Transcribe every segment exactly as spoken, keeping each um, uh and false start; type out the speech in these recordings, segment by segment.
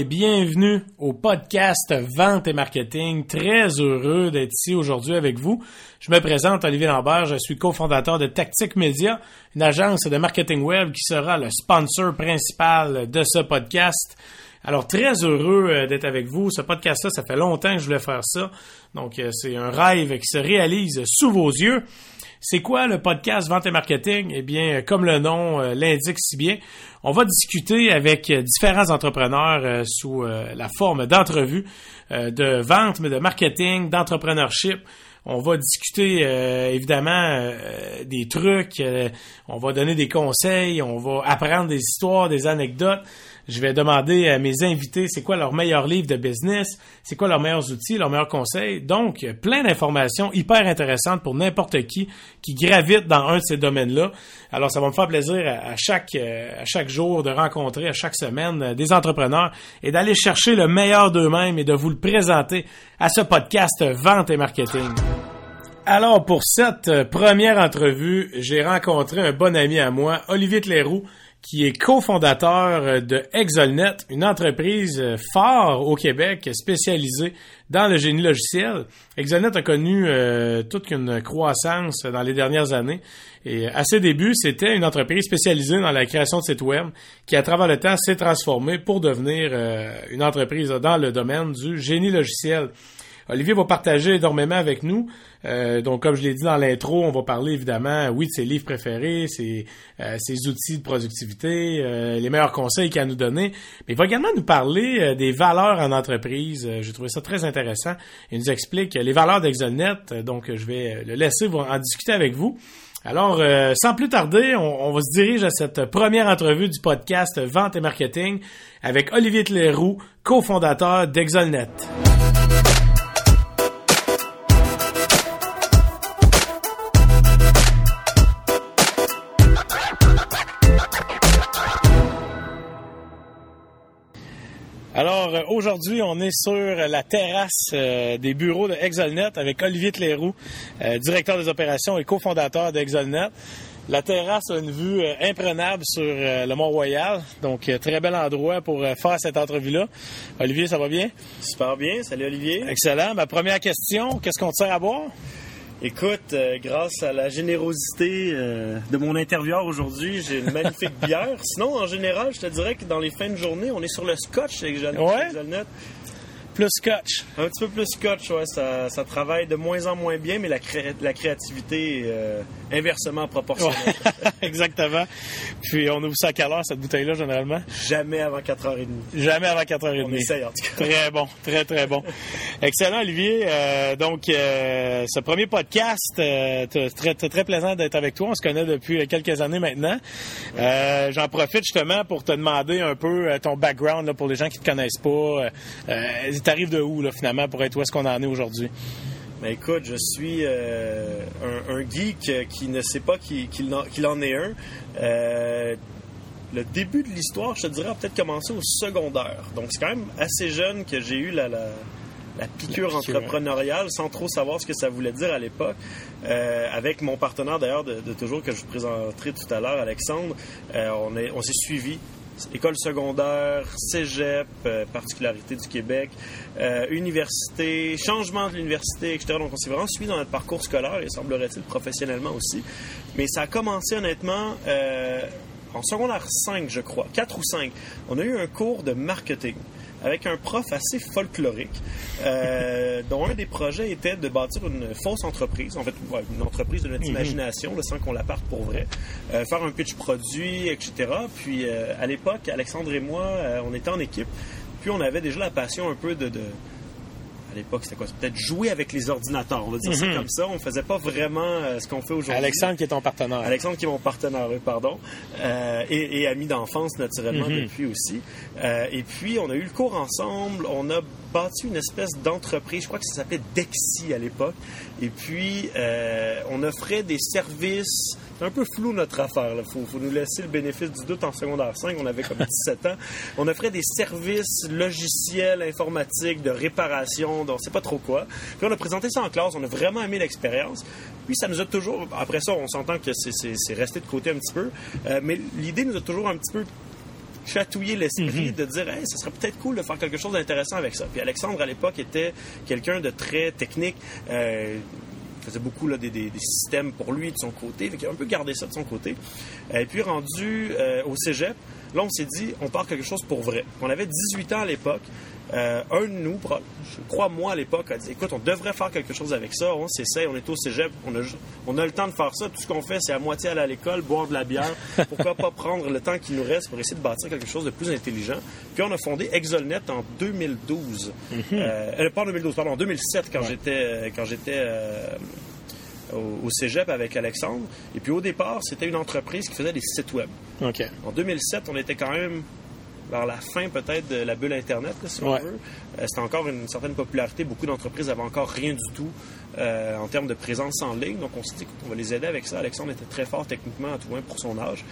et bienvenue au podcast Vente et Marketing. Très heureux d'être ici aujourd'hui avec vous. Je me présente Olivier Lambert, je suis cofondateur de Tactique Média, une agence de marketing web qui sera le sponsor principal de ce podcast. Alors, très heureux d'être avec vous. Ce podcast-là, ça fait longtemps que je voulais faire ça. Donc, c'est un rêve qui se réalise sous vos yeux. C'est quoi le podcast Vente et Marketing? Eh bien, comme le nom euh, l'indique si bien, on va discuter avec euh, différents entrepreneurs euh, sous euh, la forme d'entrevues euh, de vente, mais de marketing, d'entrepreneurship. On va discuter euh, évidemment euh, des trucs, euh, on va donner des conseils, on va apprendre des histoires, des anecdotes. Je vais demander à mes invités c'est quoi leur meilleur livre de business, c'est quoi leurs meilleurs outils, leurs meilleurs conseils. Donc, plein d'informations hyper intéressantes pour n'importe qui qui gravite dans un de ces domaines-là. Alors, ça va me faire plaisir à, à chaque à chaque jour de rencontrer, à chaque semaine, des entrepreneurs et d'aller chercher le meilleur d'eux-mêmes et de vous le présenter à ce podcast Vente et Marketing. Alors, pour cette première entrevue, j'ai rencontré un bon ami à moi, Olivier Cléroux, qui est cofondateur de Exolnet, une entreprise phare au Québec spécialisée dans le génie logiciel. Exolnet a connu euh, toute une croissance dans les dernières années. Et à ses débuts, c'était une entreprise spécialisée dans la création de sites web qui, à travers le temps, s'est transformée pour devenir euh, une entreprise dans le domaine du génie logiciel. Olivier va partager énormément avec nous. Euh, donc, comme je l'ai dit dans l'intro, on va parler évidemment, oui, de ses livres préférés, ses, euh, ses outils de productivité, euh, les meilleurs conseils qu'il a à nous donner. Mais il va également nous parler euh, des valeurs en entreprise. Euh, j'ai trouvé ça très intéressant. Il nous explique les valeurs d'Exolnet. Donc, je vais le laisser en discuter avec vous. Alors, euh, sans plus tarder, on, on va se diriger à cette première entrevue du podcast Vente et Marketing avec Olivier Cléroux, cofondateur d'Exolnet. Alors, euh, aujourd'hui, on est sur la terrasse euh, des bureaux de Exolnet avec Olivier Cléroux, euh, directeur des opérations et cofondateur d'Exolnet. La terrasse a une vue euh, imprenable sur euh, le Mont-Royal, donc euh, très bel endroit pour euh, faire cette entrevue-là. Olivier, ça va bien? Super bien, salut Olivier. Excellent. Ma première question, qu'est-ce qu'on te sert à boire? Écoute, euh, grâce à la générosité euh, de mon intervieweur aujourd'hui, j'ai une magnifique bière. Sinon, en général, je te dirais que dans les fins de journée, on est sur le scotch avec Exolnet. Ouais? Plus scotch. Un petit peu plus scotch, ouais. Ça, ça travaille de moins en moins bien, mais la, cré- la créativité est euh, inversement proportionnelle. Ouais. Exactement. Puis, on ouvre ça à quelle heure, cette bouteille-là, généralement? Jamais avant quatre heures trente. Jamais avant quatre heures trente. On essaye, en tout cas. Très bon, très, très bon. Excellent, Olivier. Euh, donc, euh, ce premier podcast, euh, très, très, très plaisant d'être avec toi. On se connaît depuis quelques années maintenant. Euh, j'en profite justement pour te demander un peu ton background là, pour les gens qui ne te connaissent pas. Euh, T'arrives de où, là, finalement, pour être où est-ce qu'on en est aujourd'hui? Ben écoute, je suis euh, un, un geek qui ne sait pas qu'il, qu'il, en, qu'il en est un. Euh, le début de l'histoire, je te dirais, a peut-être commencé au secondaire. Donc, c'est quand même assez jeune que j'ai eu la, la, la piqûre entrepreneuriale sans trop savoir ce que ça voulait dire à l'époque. Euh, avec mon partenaire, d'ailleurs, de, de toujours, que je vous présenterai tout à l'heure, Alexandre, euh, on, est, on s'est suivis. École secondaire, cégep, euh, particularité du Québec, euh, université, changement de l'université, et cetera. Donc, on s'est vraiment suivi dans notre parcours scolaire et semblerait-il professionnellement aussi. Mais ça a commencé honnêtement euh, en secondaire cinq, je crois, quatre ou cinq. On a eu un cours de marketing avec un prof assez folklorique, euh, dont un des projets était de bâtir une fausse entreprise, en fait, ouais, une entreprise de notre imagination, là, sans qu'on la parte pour vrai, euh, faire un pitch produit, et cetera. Puis, euh, à l'époque, Alexandre et moi, euh, on était en équipe, puis on avait déjà la passion un peu de... de à l'époque, c'était quoi? C'était peut-être jouer avec les ordinateurs, on va dire mm-hmm. ça comme ça. On faisait pas vraiment euh, ce qu'on fait aujourd'hui. Alexandre qui est ton partenaire. Alexandre qui est mon partenaire, oui, pardon. Euh, et, et ami d'enfance, naturellement, mm-hmm. depuis aussi. Euh, et puis, on a eu le cours ensemble. On a bâti une espèce d'entreprise, je crois que ça s'appelait Dexy à l'époque. Et puis, euh, on offrait des services... C'est un peu flou notre affaire. Il faut, faut nous laisser le bénéfice du doute en secondaire cinq. On avait comme dix-sept ans. On offrait des services logiciels, informatiques, de réparation, donc on ne sait pas trop quoi. Puis on a présenté ça en classe. On a vraiment aimé l'expérience. Puis ça nous a toujours... Après ça, on s'entend que c'est, c'est, c'est resté de côté un petit peu. Euh, mais l'idée nous a toujours un petit peu chatouillé l'esprit mm-hmm. de dire hey, ça serait peut-être cool de faire quelque chose d'intéressant avec ça. Puis Alexandre, à l'époque, était quelqu'un de très technique. Euh, il faisait beaucoup là, des, des, des systèmes pour lui de son côté. Fait qu'il a un peu gardé ça de son côté. Et puis, rendu euh, au cégep, là, on s'est dit, on part quelque chose pour vrai. On avait dix-huit ans à l'époque. Euh, un de nous, je crois moi à l'époque, a dit écoute, on devrait faire quelque chose avec ça. On s'essaye, on est au cégep, on a, on a le temps de faire ça. Tout ce qu'on fait, c'est à moitié aller à l'école, boire de la bière. Pourquoi pas prendre le temps qui nous reste pour essayer de bâtir quelque chose de plus intelligent? Puis on a fondé Exolnet en deux mille douze. Mm-hmm. euh, pas en deux mille douze, pardon, en deux mille sept, quand ouais. j'étais, quand j'étais euh, au, au cégep avec Alexandre. Et puis au départ, c'était une entreprise qui faisait des sites web. Okay. En deux mille sept, on était quand même vers la fin peut-être de la bulle Internet, là, si ouais. on veut. Euh, c'était encore une certaine popularité. Beaucoup d'entreprises n'avaient encore rien du tout euh, en termes de présence en ligne. Donc on s'est dit qu'on va les aider avec ça. Alexandre était très fort techniquement, à tout moins pour son âge.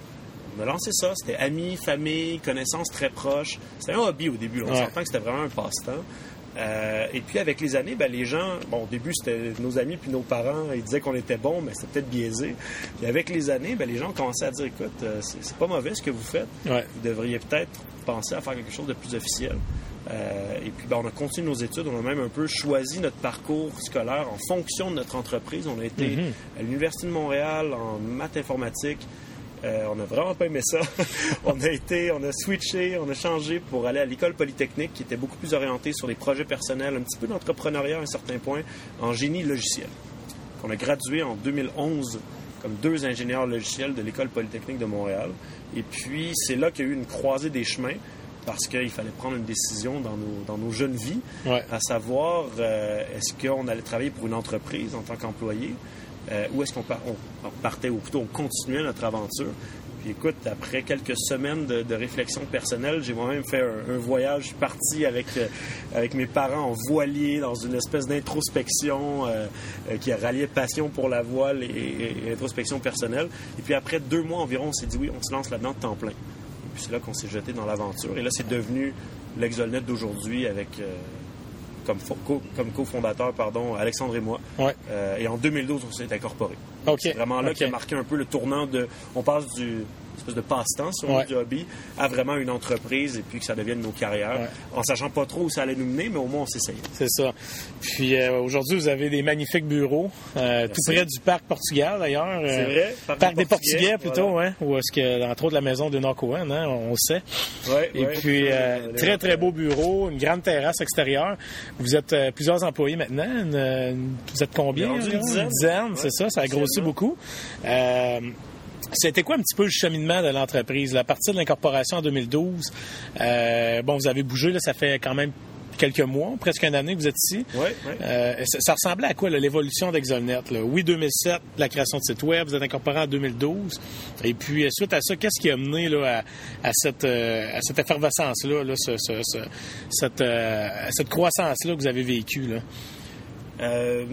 On a lancé ça. C'était amis, famille, connaissances très proches. C'était un hobby au début. On ouais. s'entend que c'était vraiment un passe-temps. Euh, et puis avec les années, ben, les gens, bon au début c'était nos amis puis nos parents, ils disaient qu'on était bons, mais c'était peut-être biaisé. Puis avec les années, ben, les gens ont commencé à dire écoute, euh, c'est, c'est pas mauvais ce que vous faites, ouais. vous devriez peut-être penser à faire quelque chose de plus officiel. Euh, et puis ben, on a continué nos études, on a même un peu choisi notre parcours scolaire en fonction de notre entreprise. On a été mm-hmm. à l'Université de Montréal en maths informatique. Euh, on n'a vraiment pas aimé ça. on a été, on a switché, on a changé pour aller à l'école polytechnique qui était beaucoup plus orientée sur les projets personnels, un petit peu d'entrepreneuriat à un certain point, en génie logiciel. On a gradué en deux mille onze comme deux ingénieurs logiciels de l'école polytechnique de Montréal. Et puis, c'est là qu'il y a eu une croisée des chemins parce qu'il fallait prendre une décision dans nos, dans nos jeunes vies, ouais. à savoir, euh, est-ce qu'on allait travailler pour une entreprise en tant qu'employé? Euh, où est-ce qu'on part, on, on partait, ou plutôt on continuait notre aventure. Puis écoute, après quelques semaines de, de réflexion personnelle, j'ai moi-même fait un, un voyage. Je suis parti avec, euh, avec mes parents en voilier dans une espèce d'introspection euh, euh, qui a rallié passion pour la voile et, et, et introspection personnelle. Et puis après deux mois environ, on s'est dit oui, on se lance là-dedans de temps plein. Et puis c'est là qu'on s'est jeté dans l'aventure. Et là, c'est devenu l'Exolnet d'aujourd'hui avec... Euh, Comme, co- comme cofondateur, pardon, Alexandre et moi. Ouais. Euh, et en deux mille douze, on s'est incorporé. Okay. C'est vraiment là okay. qui a marqué un peu le tournant de... On passe du espèce de passe-temps, si on ouais. veut, du hobby, à vraiment une entreprise et puis que ça devienne nos carrières. Ouais. En sachant pas trop où ça allait nous mener, mais au moins on s'essayait. C'est ça. Puis euh, aujourd'hui, vous avez des magnifiques bureaux, euh, tout près du Parc Portugal d'ailleurs. C'est euh, vrai. Parc, Parc des Portugais, Portugais plutôt, voilà. hein, où est-ce que, entre autres, la maison de Norcohen, hein, on le sait. Ouais, et ouais, puis, euh, très, très beau bureau, une grande terrasse extérieure. Vous êtes euh, plusieurs employés maintenant. Une, une, vous êtes combien? Une dizaine. Une dizaine, ouais, c'est ça. Ça a grossi beaucoup. Euh, C'était quoi un petit peu le cheminement de l'entreprise? Là, à partir de l'incorporation en deux mille douze, euh, bon, vous avez bougé, là, ça fait quand même quelques mois, presque une année que vous êtes ici. Oui, oui. Euh, ça, ça ressemblait à quoi, là, l'évolution d'Exolnet? Là? Oui, deux mille sept, la création de site web, vous êtes incorporé en deux mille douze. Et puis, suite à ça, qu'est-ce qui a mené là, à, à, cette, euh, à cette effervescence-là, là, ce, ce, ce, cette, euh, cette croissance-là que vous avez vécue? Là? Euh...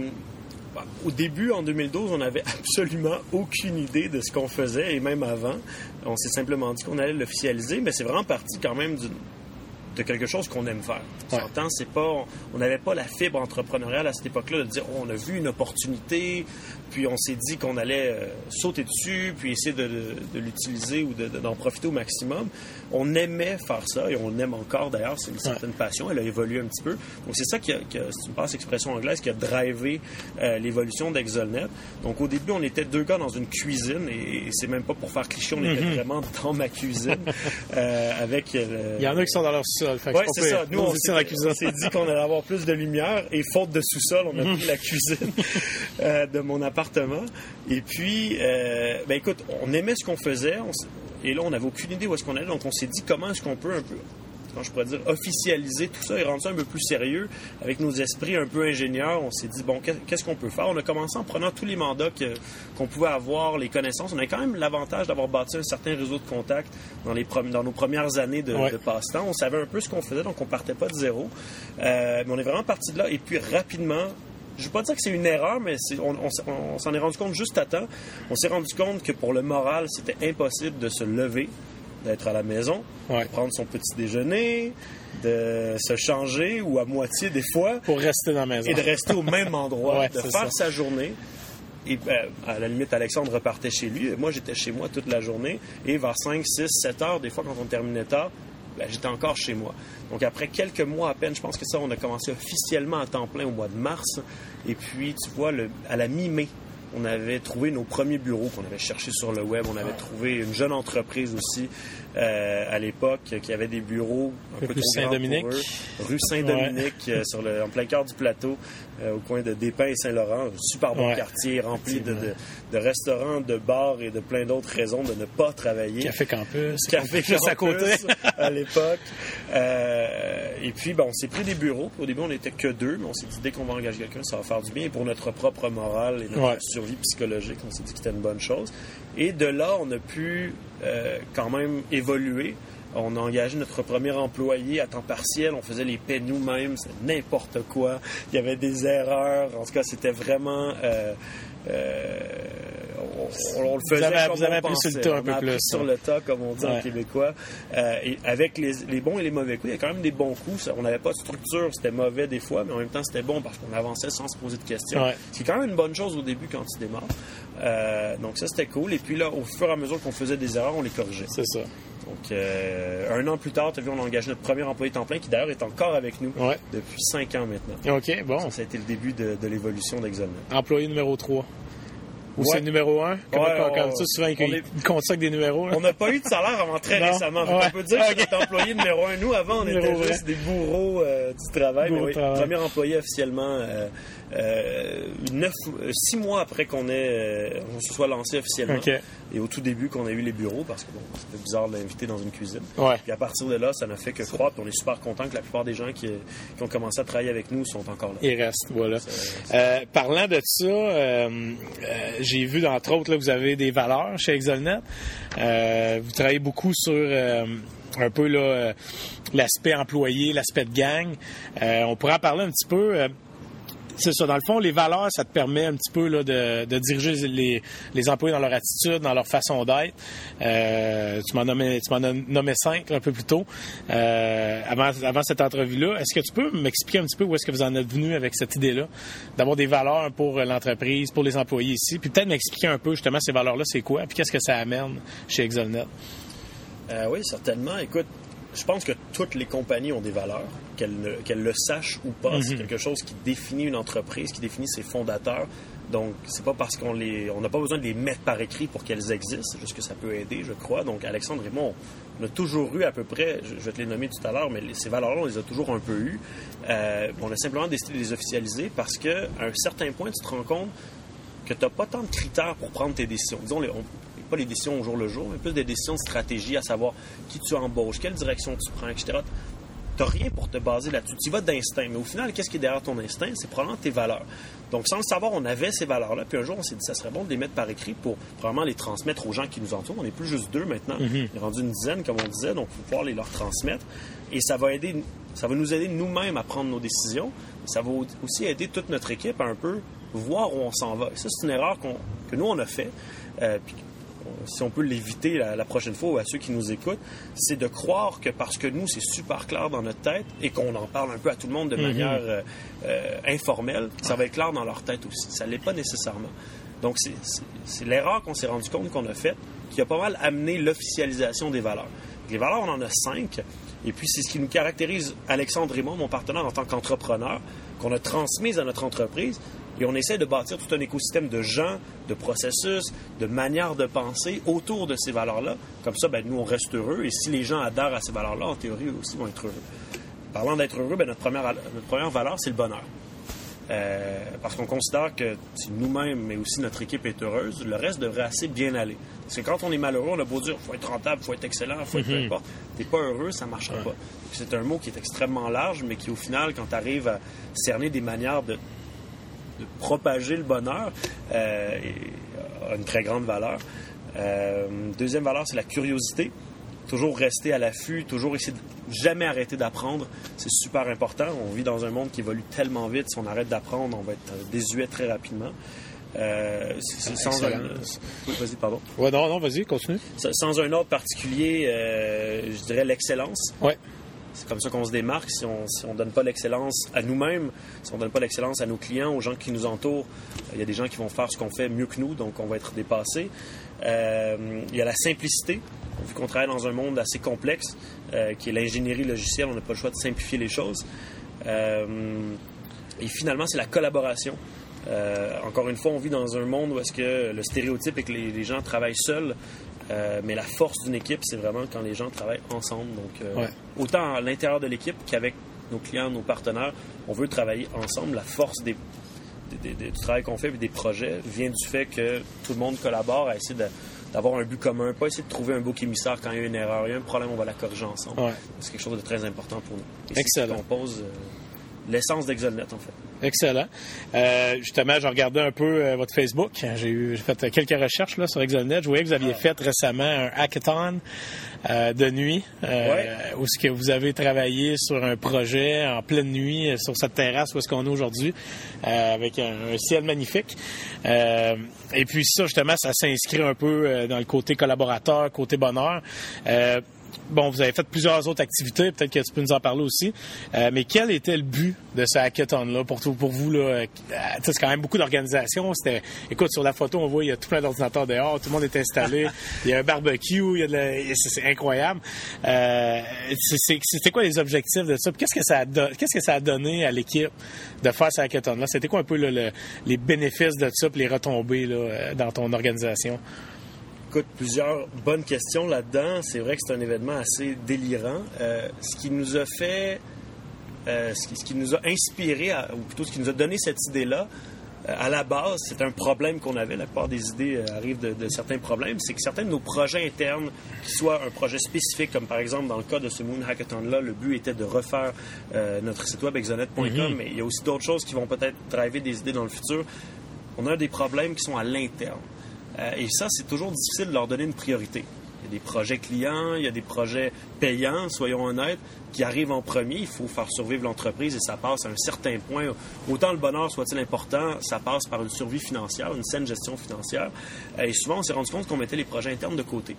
Au début, en deux mille douze, on n'avait absolument aucune idée de ce qu'on faisait, et même avant. On s'est simplement dit qu'on allait l'officialiser, mais c'est vraiment parti quand même d'une, de quelque chose qu'on aime faire. Ouais. S'entend, c'est pas, on n'avait pas la fibre entrepreneuriale à cette époque-là de dire oh, on a vu une opportunité, puis on s'est dit qu'on allait euh, sauter dessus, puis essayer de, de, de l'utiliser ou de, de, d'en profiter au maximum. On aimait faire ça, et on l'aime encore d'ailleurs, c'est une certaine ouais. passion, elle a évolué un petit peu. Donc c'est ça qui a, qui a si tu me passes l'expression anglaise, qui a drivé euh, l'évolution d'Exolnet. Donc au début, on était deux gars dans une cuisine, et, et c'est même pas pour faire cliché, on mm-hmm. était vraiment dans ma cuisine. euh, avec euh, Il y en a qui sont dans leur sous-sol. Oui, c'est ça. Nous, on, on, s'est, la cuisine. on s'est dit qu'on allait avoir plus de lumière, et faute de sous-sol, on a pris la cuisine euh, de mon appartement. Et puis, euh, ben écoute, on aimait ce qu'on faisait, on et là, on n'avait aucune idée où est-ce qu'on allait, donc on s'est dit comment est-ce qu'on peut un peu, comment je pourrais dire, officialiser tout ça et rendre ça un peu plus sérieux avec nos esprits un peu ingénieurs. On s'est dit, bon, qu'est-ce qu'on peut faire? On a commencé en prenant tous les mandats que, qu'on pouvait avoir, les connaissances. On a quand même l'avantage d'avoir bâti un certain réseau de contacts dans, les prom- dans nos premières années de, ouais. de passe-temps. On savait un peu ce qu'on faisait, donc on partait pas de zéro. Euh, mais on est vraiment parti de là, et puis rapidement... Je ne veux pas dire que c'est une erreur, mais c'est, on, on, on s'en est rendu compte juste à temps. On s'est rendu compte que pour le moral, c'était impossible de se lever, d'être à la maison, ouais. de prendre son petit déjeuner, de se changer, ou à moitié des fois. Pour rester dans la maison. Et de rester au même endroit, ouais, de faire ça. sa journée. Et ben, à la limite, Alexandre repartait chez lui. Moi, j'étais chez moi toute la journée. Et vers cinq, six, sept heures, des fois, quand on terminait tard, ben, j'étais encore chez moi. Donc, après quelques mois à peine, je pense que ça, on a commencé officiellement à temps plein au mois de mars. Et puis, tu vois, le, à la mi-mai, on avait trouvé nos premiers bureaux qu'on avait cherchés sur le web. On avait trouvé une jeune entreprise aussi euh, à l'époque qui avait des bureaux un peu rue Saint-Dominique. Rue Saint-Dominique, ouais. euh, sur le, en plein cœur du plateau, euh, au coin de Despins et Saint-Laurent. Un super bon ouais. quartier rempli de, de, de restaurants, de bars et de plein d'autres raisons de ne pas travailler. Café Campus. Café Campus à côté à l'époque. Euh, et puis, ben, on s'est pris des bureaux. Au début, on n'était que deux, mais on s'est dit dès qu'on va engager quelqu'un, ça va faire du bien. Et pour notre propre morale et notre ouais. survie psychologique, on s'est dit que c'était une bonne chose. Et de là, on a pu euh, quand même évoluer. On a engagé notre premier employé à temps partiel. On faisait les paix nous-mêmes. C'était n'importe quoi. Il y avait des erreurs. En tout cas, c'était vraiment... Euh, euh, on, on le faisait vous avez, comme vous avez on appris pensait. sur le tas un peu on a plus. Appris sur le tas, comme on dit ouais. en québécois. Euh, et avec les, les bons et les mauvais coups, il y a quand même des bons coups. On n'avait pas de structure. C'était mauvais des fois, mais en même temps, c'était bon parce qu'on avançait sans se poser de questions. Ouais. C'est quand même une bonne chose au début quand tu démarres. Euh, donc ça, c'était cool. Et puis là, au fur et à mesure qu'on faisait des erreurs, on les corrigeait. C'est ça. Donc, euh, un an plus tard, tu as vu, on a engagé notre premier employé temps plein qui, d'ailleurs, est encore avec nous ouais. depuis cinq ans maintenant. OK, bon. Ça, ça a été le début de, de l'évolution d'Exolnet. Employé numéro trois. Ou ouais. c'est le numéro un? Comme ouais, on, comme ça, souvent, ils est... comptent ça avec des numéros. Hein? On n'a pas eu de salaire avant très non. récemment. Ouais. On peut dire que c'est employé numéro un. Nous, avant, on numéro était juste des bourreaux euh, du travail. Mais oui, travail. Premier employé officiellement euh, euh, neuf, six mois après qu'on ait, euh, on se soit lancé officiellement. Okay. Et au tout début, qu'on a eu les bureaux, parce que bon, c'était bizarre de l'inviter dans une cuisine. Ouais. Puis à partir de là, ça n'a fait que croître. Puis on est super content que la plupart des gens qui, qui ont commencé à travailler avec nous sont encore là. Ils restent, voilà. C'est, c'est... Euh, parlant de ça, euh, euh, j'ai vu, entre autres, là, vous avez des valeurs chez Exolnet. Euh, vous travaillez beaucoup sur euh, un peu là, euh, l'aspect employé, l'aspect de gang. Euh, on pourrait en parler un petit peu. Euh, C'est ça. Dans le fond, les valeurs, ça te permet un petit peu là, de, de diriger les, les employés dans leur attitude, dans leur façon d'être. Euh, tu m'en nommais, tu m'en as nommé cinq un peu plus tôt euh, avant, avant cette entrevue-là. Est-ce que tu peux m'expliquer un petit peu où est-ce que vous en êtes venu avec cette idée-là, d'avoir des valeurs pour l'entreprise, pour les employés ici, puis peut-être m'expliquer un peu justement ces valeurs-là, c'est quoi, puis qu'est-ce que ça amène chez Exolnet? Euh, oui, certainement. Écoute, je pense que toutes les compagnies ont des valeurs, qu'elles, ne, qu'elles le sachent ou pas. Mm-hmm. C'est quelque chose qui définit une entreprise, qui définit ses fondateurs. Donc, c'est pas parce qu'on les, on n'a pas besoin de les mettre par écrit pour qu'elles existent, juste que ça peut aider, je crois. Donc, Alexandre et moi, on a toujours eu à peu près, je vais te les nommer tout à l'heure, mais les, ces valeurs-là, on les a toujours un peu eues. Euh, on a simplement décidé de les officialiser parce qu'à un certain point, tu te rends compte que tu n'as pas tant de critères pour prendre tes décisions. Disons, les, on, pas les décisions au jour le jour, mais plus des décisions de stratégie, à savoir qui tu embauches, quelle direction tu prends, et cetera. Tu n'as rien pour te baser là-dessus. Tu y vas d'instinct. Mais au final, qu'est-ce qui est derrière ton instinct? C'est probablement tes valeurs. Donc, sans le savoir, on avait ces valeurs-là. Puis un jour, on s'est dit ça serait bon de les mettre par écrit pour probablement les transmettre aux gens qui nous entourent. On n'est plus juste deux maintenant. Mm-hmm. On est rendu une dizaine, comme on disait. Donc, il faut pouvoir les leur transmettre. Et ça va aider, ça va nous aider nous-mêmes à prendre nos décisions. Ça va aussi aider toute notre équipe à un peu voir où on s'en va. Et ça, c'est une erreur qu'on, que nous, on a fait. Euh, puis, si on peut l'éviter la, la prochaine fois ou à ceux qui nous écoutent, c'est de croire que parce que nous, c'est super clair dans notre tête et qu'on en parle un peu à tout le monde de mm-hmm. manière euh, euh, informelle, ça va être clair dans leur tête aussi. Ça ne l'est pas nécessairement. Donc, c'est, c'est, c'est l'erreur qu'on s'est rendu compte qu'on a faite qui a pas mal amené l'officialisation des valeurs. Les valeurs, on en a cinq. Et puis, c'est ce qui nous caractérise, Alexandre et moi, mon partenaire en tant qu'entrepreneur, qu'on a transmis à notre entreprise. Et on essaie de bâtir tout un écosystème de gens, de processus, de manières de penser autour de ces valeurs-là. Comme ça, ben, nous, on reste heureux. Et si les gens adhèrent à ces valeurs-là, en théorie, eux aussi vont être heureux. Parlant d'être heureux, ben, notre, première, notre première valeur, c'est le bonheur. Euh, parce qu'on considère que si nous-mêmes, mais aussi notre équipe est heureuse, le reste devrait assez bien aller. Parce que quand on est malheureux, on a beau dire « il faut être rentable, il faut être excellent, il faut être mm-hmm. peu importe ». T'es pas heureux, ça ne marchera ouais. pas. Donc, c'est un mot qui est extrêmement large, mais qui, au final, quand tu arrives à cerner des manières de de propager le bonheur euh, a une très grande valeur. Euh, deuxième valeur, c'est la curiosité. Toujours rester à l'affût, toujours essayer de jamais arrêter d'apprendre. C'est super important. On vit dans un monde qui évolue tellement vite. Si on arrête d'apprendre, on va être désuet très rapidement. Euh, c'est, c'est sans un... Oui, vas-y, pardon. Ouais, non, non, vas-y, continue. Sans un ordre particulier, euh, je dirais l'excellence. Ouais. C'est comme ça qu'on se démarque. Si on si on donne pas l'excellence à nous-mêmes, si on donne pas l'excellence à nos clients, aux gens qui nous entourent, il y a des gens qui vont faire ce qu'on fait mieux que nous, donc on va être dépassés. Euh, il y a la simplicité. Vu qu'on travaille dans un monde assez complexe, euh, qui est l'ingénierie logicielle, on n'a pas le choix de simplifier les choses. Euh, et finalement, c'est la collaboration. Euh, encore une fois, on vit dans un monde où est-ce que le stéréotype est que les, les gens travaillent seuls. Euh, mais la force d'une équipe, c'est vraiment quand les gens travaillent ensemble. Donc, euh, ouais. autant à l'intérieur de l'équipe qu'avec nos clients, nos partenaires, on veut travailler ensemble. La force des, des, des, du travail qu'on fait et des projets vient du fait que tout le monde collabore à essayer de, d'avoir un but commun, pas essayer de trouver un bouc émissaire quand il y a une erreur. Il y a un problème, on va la corriger ensemble. Ouais. C'est quelque chose de très important pour nous. Et excellent. C'est ce qui compose euh, l'essence d'Exolnet, en fait. Excellent. Euh, justement, j'ai regardé un peu euh, votre Facebook. J'ai, eu, j'ai fait quelques recherches là, sur Exolnet. Je voyais que vous aviez ah. fait récemment un hackathon euh, de nuit euh, ouais. où est-ce que vous avez travaillé sur un projet en pleine nuit sur cette terrasse où est-ce qu'on est aujourd'hui euh, avec un, un ciel magnifique. Euh, et puis ça, justement, ça s'inscrit un peu euh, dans le côté collaborateur, côté bonheur. Euh, Bon, vous avez fait plusieurs autres activités, peut-être que tu peux nous en parler aussi. Euh, mais quel était le but de ce hackathon-là pour, pour vous? Là, euh, c'est quand même beaucoup d'organisations. C'était, écoute, sur la photo, on voit il y a tout plein d'ordinateurs dehors, tout le monde est installé, il y a un barbecue, il y a de la, c'est, c'est incroyable. Euh, c'est, c'est, c'était quoi les objectifs de ça? Puis qu'est-ce que ça a do, qu'est-ce que ça a donné à l'équipe de faire ce hackathon-là? C'était quoi un peu là, le, les bénéfices de ça, puis les retombées là, dans ton organisation? Écoute, plusieurs bonnes questions là-dedans. C'est vrai que c'est un événement assez délirant. Euh, ce qui nous a fait, euh, ce, qui, ce qui nous a inspiré, à, ou plutôt ce qui nous a donné cette idée-là, euh, à la base, c'est un problème qu'on avait. La plupart des idées euh, arrivent de, de certains problèmes. C'est que certains de nos projets internes, qui soient un projet spécifique, comme par exemple dans le cas de ce Moon Hackathon-là, le but était de refaire euh, notre site web exolnet point com, mm-hmm. mais il y a aussi d'autres choses qui vont peut-être driver des idées dans le futur. On a des problèmes qui sont à l'interne. Euh, et ça, c'est toujours difficile de leur donner une priorité. Il y a des projets clients, il y a des projets payants, soyons honnêtes, qui arrivent en premier. Il faut faire survivre l'entreprise et ça passe à un certain point. Autant le bonheur soit-il important, ça passe par une survie financière, une saine gestion financière. Euh, et souvent, on s'est rendu compte qu'on mettait les projets internes de côté.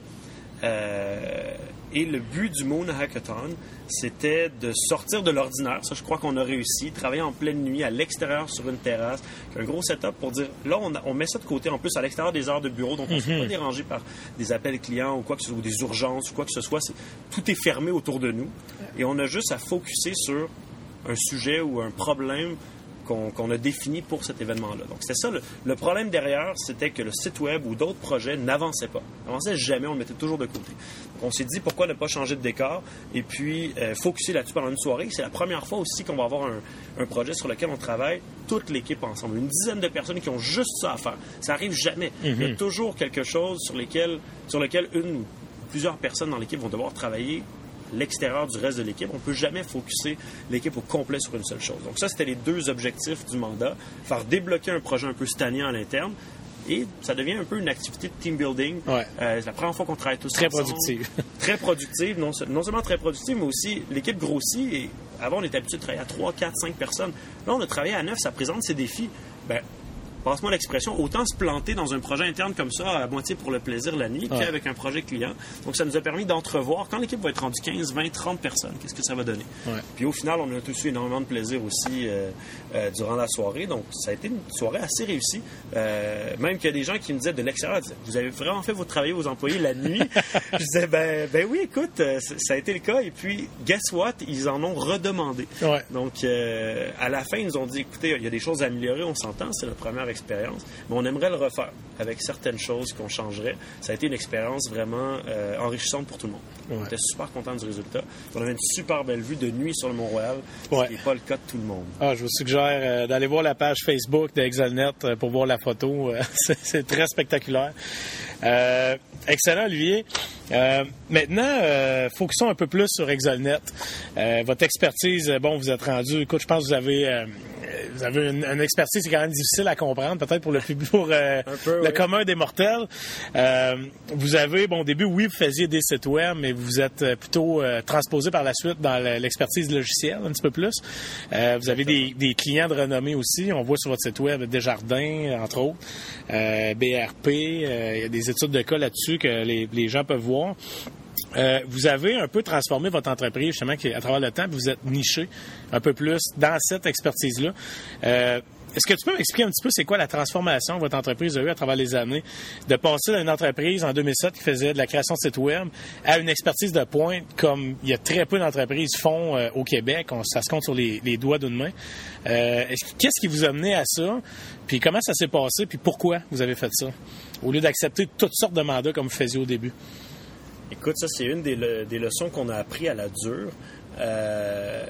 Euh, et le but du Moon Hackathon, c'était de sortir de l'ordinaire. Ça, je crois qu'on a réussi. Travailler en pleine nuit, à l'extérieur, sur une terrasse. Un gros setup pour dire, là, on, a, on met ça de côté, en plus, à l'extérieur des heures de bureau. Donc, on ne se fait pas déranger par des appels clients ou quoi que ce soit, ou des urgences ou quoi que ce soit. C'est, tout est fermé autour de nous. Et on a juste à focusser sur un sujet ou un problème Qu'on, qu'on a défini pour cet événement-là. Donc, c'est ça. Le, le problème derrière, c'était que le site web ou d'autres projets n'avançaient pas. N'avançaient jamais, on le mettait toujours de côté. Donc, on s'est dit, pourquoi ne pas changer de décor et puis euh, focuser là-dessus pendant une soirée. C'est la première fois aussi qu'on va avoir un, un projet sur lequel on travaille toute l'équipe ensemble. Une dizaine de personnes qui ont juste ça à faire. Ça arrive jamais. Mm-hmm. Il y a toujours quelque chose sur, lesquels, sur lequel une ou plusieurs personnes dans l'équipe vont devoir travailler l'extérieur du reste de l'équipe. On ne peut jamais focusser l'équipe au complet sur une seule chose. Donc ça, c'était les deux objectifs du mandat. Faire débloquer un projet un peu stagnant à l'interne et ça devient un peu une activité de team building. Ouais. Euh, c'est la première fois qu'on travaille tous très ensemble. Productive. Très productive. Non, non seulement très productive, mais aussi l'équipe grossit. Et avant, on était habitué de travailler à trois, quatre, cinq personnes. Là, on a travaillé à neuf. Ça présente ses défis. Ben, passe-moi l'expression, autant se planter dans un projet interne comme ça, à moitié pour le plaisir la nuit, ouais. qu'avec un projet client. Donc, ça nous a permis d'entrevoir, quand l'équipe va être rendue quinze, vingt, trente personnes, qu'est-ce que ça va donner. Ouais. Puis au final, on a tous eu énormément de plaisir aussi euh, euh, durant la soirée. Donc, ça a été une soirée assez réussie. Euh, même qu'il y a des gens qui me disaient de l'extérieur, disaient, vous avez vraiment fait votre travail, vos employés la nuit? Je disais, ben, ben oui, écoute, euh, ça a été le cas. Et puis, guess what? Ils en ont redemandé. Ouais. Donc, euh, à la fin, ils nous ont dit, écoutez, il y a des choses à améliorer, on s'entend, c'est la première expérience, mais on aimerait le refaire avec certaines choses qu'on changerait. Ça a été une expérience vraiment euh, enrichissante pour tout le monde. Ouais. On était super contents du résultat. On avait une super belle vue de nuit sur le Mont-Royal, ouais. ce qui n'est pas le cas de tout le monde. Ah, je vous suggère euh, d'aller voir la page Facebook d'Exolnet euh, pour voir la photo. Euh, c'est, c'est très spectaculaire. Euh, excellent, Olivier. Euh, maintenant, euh, focusons un peu plus sur Exolnet. Euh, votre expertise, bon, vous êtes rendu, écoute, je pense que vous avez... Euh, Vous avez une, une expertise qui est quand même difficile à comprendre, peut-être pour le public, pour euh, peu, le oui. commun des mortels. Euh, vous avez, bon, au début, oui, vous faisiez des sites web, mais vous êtes plutôt euh, transposé par la suite dans l'expertise logicielle, un petit peu plus. Euh, vous avez des, des clients de renommée aussi. On voit sur votre site web Desjardins, entre autres, euh, B R P. Euh, il y a des études de cas là-dessus que les, les gens peuvent voir. Euh, vous avez un peu transformé votre entreprise, justement, qui, à travers le temps, puis vous êtes niché un peu plus dans cette expertise-là. Euh, Est-ce que tu peux m'expliquer un petit peu c'est quoi la transformation que votre entreprise a eue à travers les années, de passer d'une entreprise en deux mille sept qui faisait de la création de sites web à une expertise de pointe comme il y a très peu d'entreprises font euh, au Québec, on, ça se compte sur les, les doigts d'une main. Euh, est-ce, qu'est-ce qui vous a mené à ça? Puis comment ça s'est passé? Puis pourquoi vous avez fait ça? Au lieu d'accepter toutes sortes de mandats comme vous faisiez au début. Écoute, ça c'est une des, le, des leçons qu'on a appris à la dure. Euh...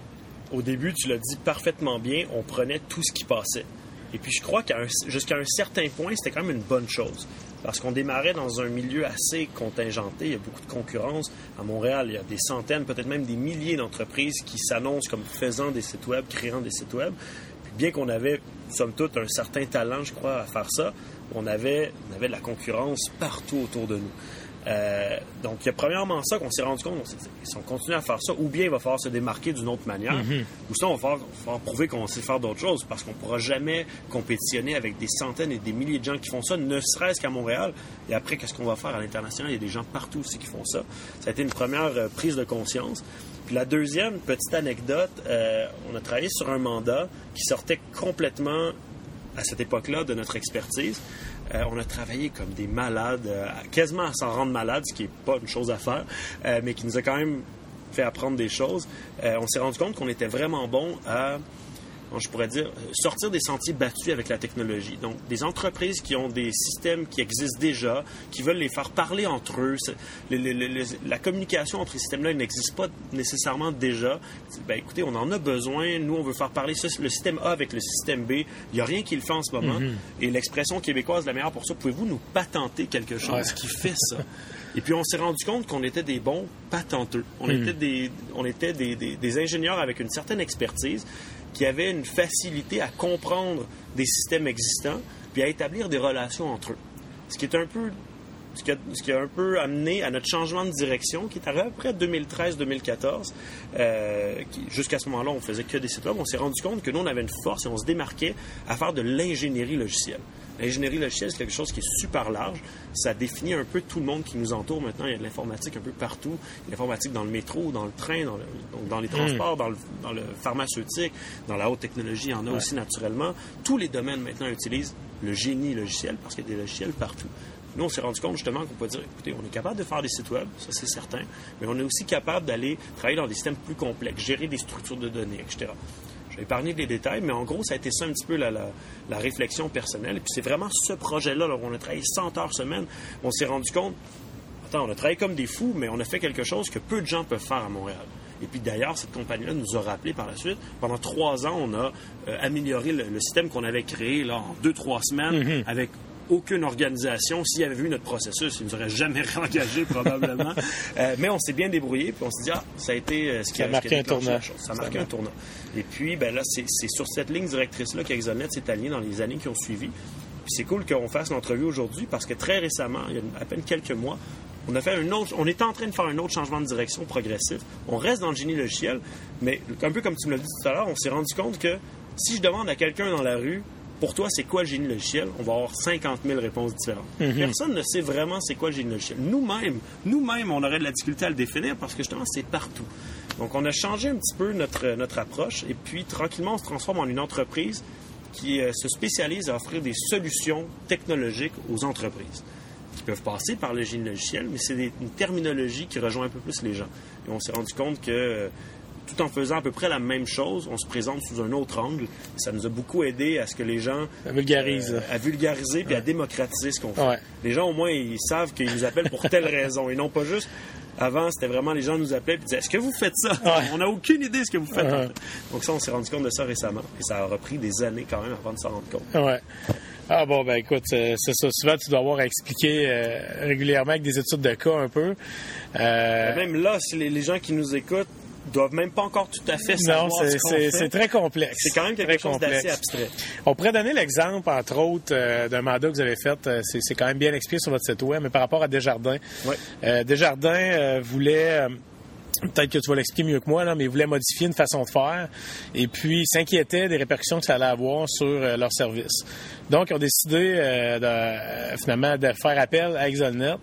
Au début, tu l'as dit parfaitement bien, on prenait tout ce qui passait. Et puis, je crois qu'à un, jusqu'à un certain point, c'était quand même une bonne chose. Parce qu'on démarrait dans un milieu assez contingenté. Il y a beaucoup de concurrence. À Montréal, il y a des centaines, peut-être même des milliers d'entreprises qui s'annoncent comme faisant des sites web, créant des sites web. Puis bien qu'on avait, somme toute, un certain talent, je crois, à faire ça, on avait, on avait de la concurrence partout autour de nous. Euh, donc, il y a premièrement ça qu'on s'est rendu compte. On s'est dit, si on continue à faire ça, ou bien il va falloir se démarquer d'une autre manière, mm-hmm. ou sinon, il va falloir, il va falloir prouver qu'on sait faire d'autres choses, parce qu'on ne pourra jamais compétitionner avec des centaines et des milliers de gens qui font ça, ne serait-ce qu'à Montréal. Et après, qu'est-ce qu'on va faire à l'international? Il y a des gens partout aussi qui font ça. Ça a été une première euh, prise de conscience. Puis la deuxième, petite anecdote, euh, on a travaillé sur un mandat qui sortait complètement, à cette époque-là, de notre expertise. Euh, on a travaillé comme des malades, euh, quasiment à s'en rendre malade, ce qui n'est pas une chose à faire, euh, mais qui nous a quand même fait apprendre des choses. Euh, on s'est rendu compte qu'on était vraiment bon à, je pourrais dire, sortir des sentiers battus avec la technologie. Donc, des entreprises qui ont des systèmes qui existent déjà, qui veulent les faire parler entre eux. Le, le, le, la communication entre ces systèmes-là n'existe pas nécessairement déjà. Ben, écoutez, on en a besoin. Nous, on veut faire parler ça, le système A avec le système B. Il n'y a rien qui le fait en ce moment. Mm-hmm. Et l'expression québécoise, la meilleure pour ça, pouvez-vous nous patenter quelque chose ouais. qui fait ça? Et puis, on s'est rendu compte qu'on était des bons patenteux. On mm. était, des, on était des, des, des ingénieurs avec une certaine expertise qui avaient une facilité à comprendre des systèmes existants puis à établir des relations entre eux. Ce qui est un peu, ce qui a, ce qui a un peu amené à notre changement de direction, qui est arrivé après deux mille treize deux mille quatorze. Euh, qui, jusqu'à ce moment-là, on faisait que des sites web. On s'est rendu compte que nous, on avait une force et on se démarquait à faire de l'ingénierie logicielle. L'ingénierie logicielle, c'est quelque chose qui est super large. Ça définit un peu tout le monde qui nous entoure. Maintenant, il y a de l'informatique un peu partout. Il y a de l'informatique dans le métro, dans le train, dans, le, dans les transports, mmh. dans, le, dans le pharmaceutique, dans la haute technologie, il y en a ouais. aussi naturellement. Tous les domaines maintenant utilisent le génie logiciel parce qu'il y a des logiciels partout. Nous, on s'est rendu compte justement qu'on peut dire, écoutez, on est capable de faire des sites web, ça c'est certain, mais on est aussi capable d'aller travailler dans des systèmes plus complexes, gérer des structures de données, et cetera. Je vais épargner des détails, mais en gros, ça a été ça un petit peu la, la, la réflexion personnelle. Et puis c'est vraiment ce projet-là, là, où on a travaillé cent heures semaine, on s'est rendu compte, attends, on a travaillé comme des fous, mais on a fait quelque chose que peu de gens peuvent faire à Montréal. Et puis d'ailleurs, cette compagnie-là nous a rappelé par la suite. Pendant trois ans, on a euh, amélioré le, le système qu'on avait créé là, en deux, trois semaines mm-hmm. avec aucune organisation. S'il avait vu notre processus, il ne nous aurait jamais réengagé probablement. euh, mais on s'est bien débrouillé, puis on s'est dit, ah, ça a été euh, ce qui ça a marqué un tournant. Ça a marqué un tournant. Et puis, ben là, c'est, c'est sur cette ligne directrice-là qu'Exonet s'est aligné dans les années qui ont suivi. Puis c'est cool qu'on fasse l'entrevue aujourd'hui parce que très récemment, il y a à peine quelques mois, on a fait un autre, on est en train de faire un autre changement de direction progressif. On reste dans le génie logiciel, mais un peu comme tu me l'as dit tout à l'heure, on s'est rendu compte que si je demande à quelqu'un dans la rue, pour toi, c'est quoi le génie logiciel? On va avoir cinquante mille réponses différentes. Mm-hmm. Personne ne sait vraiment c'est quoi le génie logiciel. Nous-mêmes, nous-mêmes, on aurait de la difficulté à le définir parce que justement, c'est partout. Donc, on a changé un petit peu notre, notre approche et puis, tranquillement, on se transforme en une entreprise qui euh, se spécialise à offrir des solutions technologiques aux entreprises qui peuvent passer par le génie logiciel, mais c'est des, une terminologie qui rejoint un peu plus les gens. Et on s'est rendu compte que euh, tout en faisant à peu près la même chose, on se présente sous un autre angle. Ça nous a beaucoup aidé à ce que les gens... À vulgariser. Euh, à vulgariser puis ouais. à démocratiser ce qu'on fait. Ouais. Les gens, au moins, ils savent qu'ils nous appellent pour telle raison. Et non pas juste... Avant, c'était vraiment les gens nous appelaient et disaient « Est-ce que vous faites ça? Ouais. » On n'a aucune idée de ce que vous faites. Ouais. Donc ça, on s'est rendu compte de ça récemment. Et ça a repris des années quand même avant de s'en rendre compte. Ouais. Ah bon, ben écoute, c'est ça. Souvent, tu dois avoir à expliquer euh, régulièrement avec des études de cas un peu. Euh... Même là, si les, les gens qui nous écoutent doivent même pas encore tout à fait savoir non, c'est, ce qu'on c'est, fait. C'est très complexe. C'est quand même quelque très chose complexe. d'assez abstrait. On pourrait donner l'exemple, entre autres, euh, d'un mandat que vous avez fait. Euh, c'est, c'est quand même bien expliqué sur votre site web, mais par rapport à Desjardins. Ouais. Euh, Desjardins euh, voulait... Euh, peut-être que tu vas l'expliquer mieux que moi, là, mais ils voulaient modifier une façon de faire et puis s'inquiétaient des répercussions que ça allait avoir sur euh, leur service. Donc, ils ont décidé euh, de, euh, finalement de faire appel à Exonet.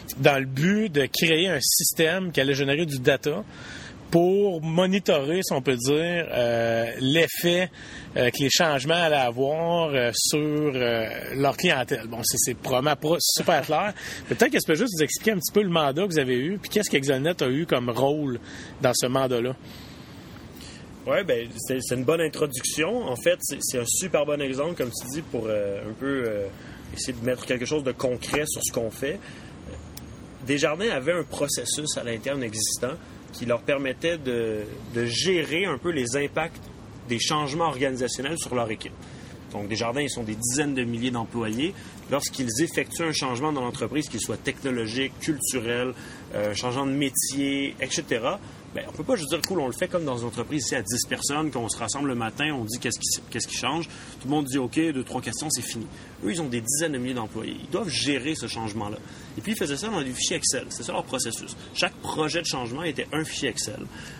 dans le but de créer un système qui allait générer du data pour monitorer, si on peut dire, euh, l'effet euh, que les changements allaient avoir euh, sur euh, leur clientèle. Bon, c'est, c'est probablement pas super clair, mais peut-être que tu peux juste nous expliquer un petit peu le mandat que vous avez eu, puis qu'est-ce qu'Exelnet a eu comme rôle dans ce mandat-là? Oui, bien, c'est, c'est une bonne introduction. En fait, c'est, c'est un super bon exemple, comme tu dis, pour euh, un peu euh, essayer de mettre quelque chose de concret sur ce qu'on fait. Desjardins avait un processus à l'interne existant qui leur permettait de, de gérer un peu les impacts des changements organisationnels sur leur équipe. Donc, Desjardins, ils sont des dizaines de milliers d'employés. Lorsqu'ils effectuent un changement dans l'entreprise, qu'il soit technologique, culturel, euh, changement de métier, et cetera, bien, on ne peut pas juste dire, cool, on le fait comme dans une entreprise ici à dix personnes, qu'on se rassemble le matin, on dit qu'est-ce qui, qu'est-ce qui change. Tout le monde dit, OK, deux, trois questions, c'est fini. Eux, ils ont des dizaines de milliers d'employés. Ils doivent gérer ce changement-là. Et puis, ils faisaient ça dans des fichiers Excel. C'est ça leur processus. Chaque projet de changement était un fichier Excel.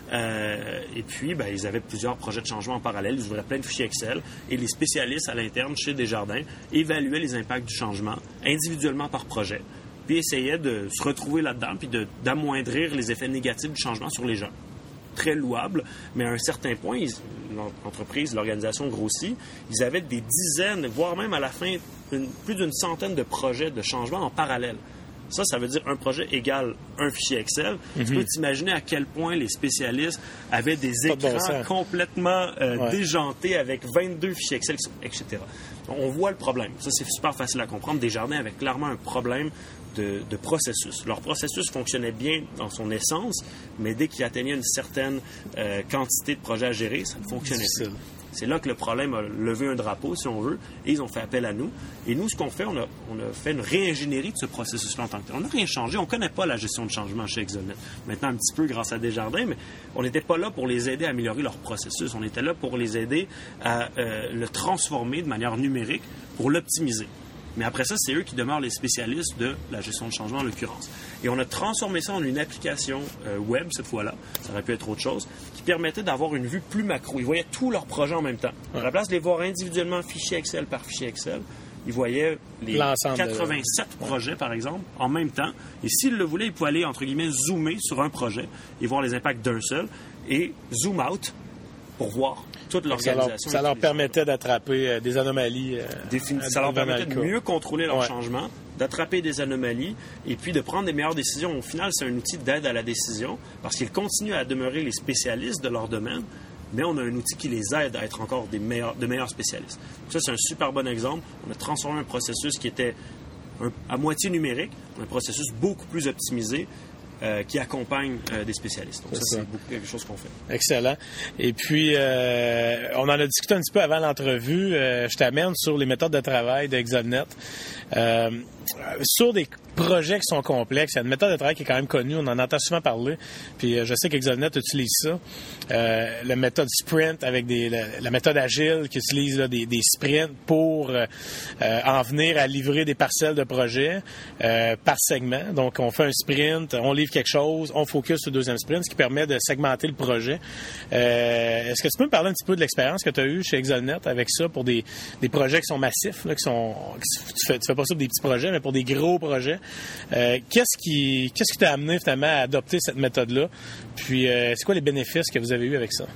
Euh, et puis, bien, ils avaient plusieurs projets de changement en parallèle. Ils ouvraient plein de fichiers Excel. Et les spécialistes à l'interne chez Desjardins évaluaient les impacts du changement individuellement par projet, puis essayaient de se retrouver là-dedans, puis de, d'amoindrir les effets négatifs du changement sur les gens. Très louable, mais à un certain point, ils, l'entreprise, l'organisation grossit, ils avaient des dizaines, voire même à la fin, une, plus d'une centaine de projets de changement en parallèle. Ça, ça veut dire un projet égale un fichier Excel. Mm-hmm. Tu peux t'imaginer à quel point les spécialistes avaient des écrans bon complètement euh, ouais. déjantés avec vingt-deux fichiers Excel, et cetera. On voit le problème. Ça, c'est super facile à comprendre. Desjardins avait clairement un problème de, de processus. Leur processus fonctionnait bien dans son essence, mais dès qu'il atteignait une certaine euh, quantité de projets à gérer, ça ne fonctionnait plus. C'est là que le problème a levé un drapeau, si on veut, et ils ont fait appel à nous. Et nous, ce qu'on fait, on a, on a fait une réingénierie de ce processus-là en tant que tel. On n'a rien changé. On ne connaît pas la gestion de changement chez Exelnet. Maintenant, un petit peu grâce à Desjardins, mais on n'était pas là pour les aider à améliorer leur processus. On était là pour les aider à euh, le transformer de manière numérique pour l'optimiser. Mais après ça, c'est eux qui demeurent les spécialistes de la gestion de changement en l'occurrence. Et on a transformé ça en une application euh, web cette fois-là, ça aurait pu être autre chose, qui permettait d'avoir une vue plus macro. Ils voyaient tous leurs projets en même temps. À la place de les voir individuellement fichier Excel par fichier Excel, ils voyaient les L'ensemble quatre-vingt-sept de... projets, par exemple, en même temps. Et s'ils le voulaient, ils pouvaient aller, entre guillemets, zoomer sur un projet et voir les impacts d'un seul et zoom out pour voir toute l'organisation. Ça leur, ça leur permettait d'attraper euh, des anomalies. Euh, Défini- ça leur permettait de mieux contrôler leur ouais. changement, d'attraper des anomalies et puis de prendre des meilleures décisions. Au final, c'est un outil d'aide à la décision parce qu'ils continuent à demeurer les spécialistes de leur domaine, mais on a un outil qui les aide à être encore des meilleurs, de meilleurs spécialistes. Donc ça, c'est un super bon exemple. On a transformé un processus qui était un, à moitié numérique, un processus beaucoup plus optimisé, Euh, qui accompagne euh, des spécialistes. Donc, c'est ça, ça, c'est beaucoup quelque chose qu'on fait. Excellent. Et puis, euh, on en a discuté un petit peu avant l'entrevue. Euh, je t'amène sur les méthodes de travail d'Exelnet. Euh, sur des projets qui sont complexes, il y a une méthode de travail qui est quand même connue, on en entend souvent parler, puis euh, je sais qu'Exelnet utilise ça. Euh, la méthode sprint avec des, la, la méthode agile qui utilise là, des, des sprints pour euh, euh, en venir à livrer des parcelles de projets euh, par segment. Donc, on fait un sprint, on livre quelque chose, on focus sur le deuxième sprint, ce qui permet de segmenter le projet. Euh, est-ce que tu peux me parler un petit peu de l'expérience que tu as eue chez Exelnet avec ça pour des, des projets qui sont massifs, là, qui sont, qui, tu fais, tu fais pas ça pour des petits projets, mais pour des gros projets. Euh, qu'est-ce qui qu'est-ce qui t'a amené finalement à adopter cette méthode-là? Puis, euh, c'est quoi les bénéfices que vous avez eus avec ça?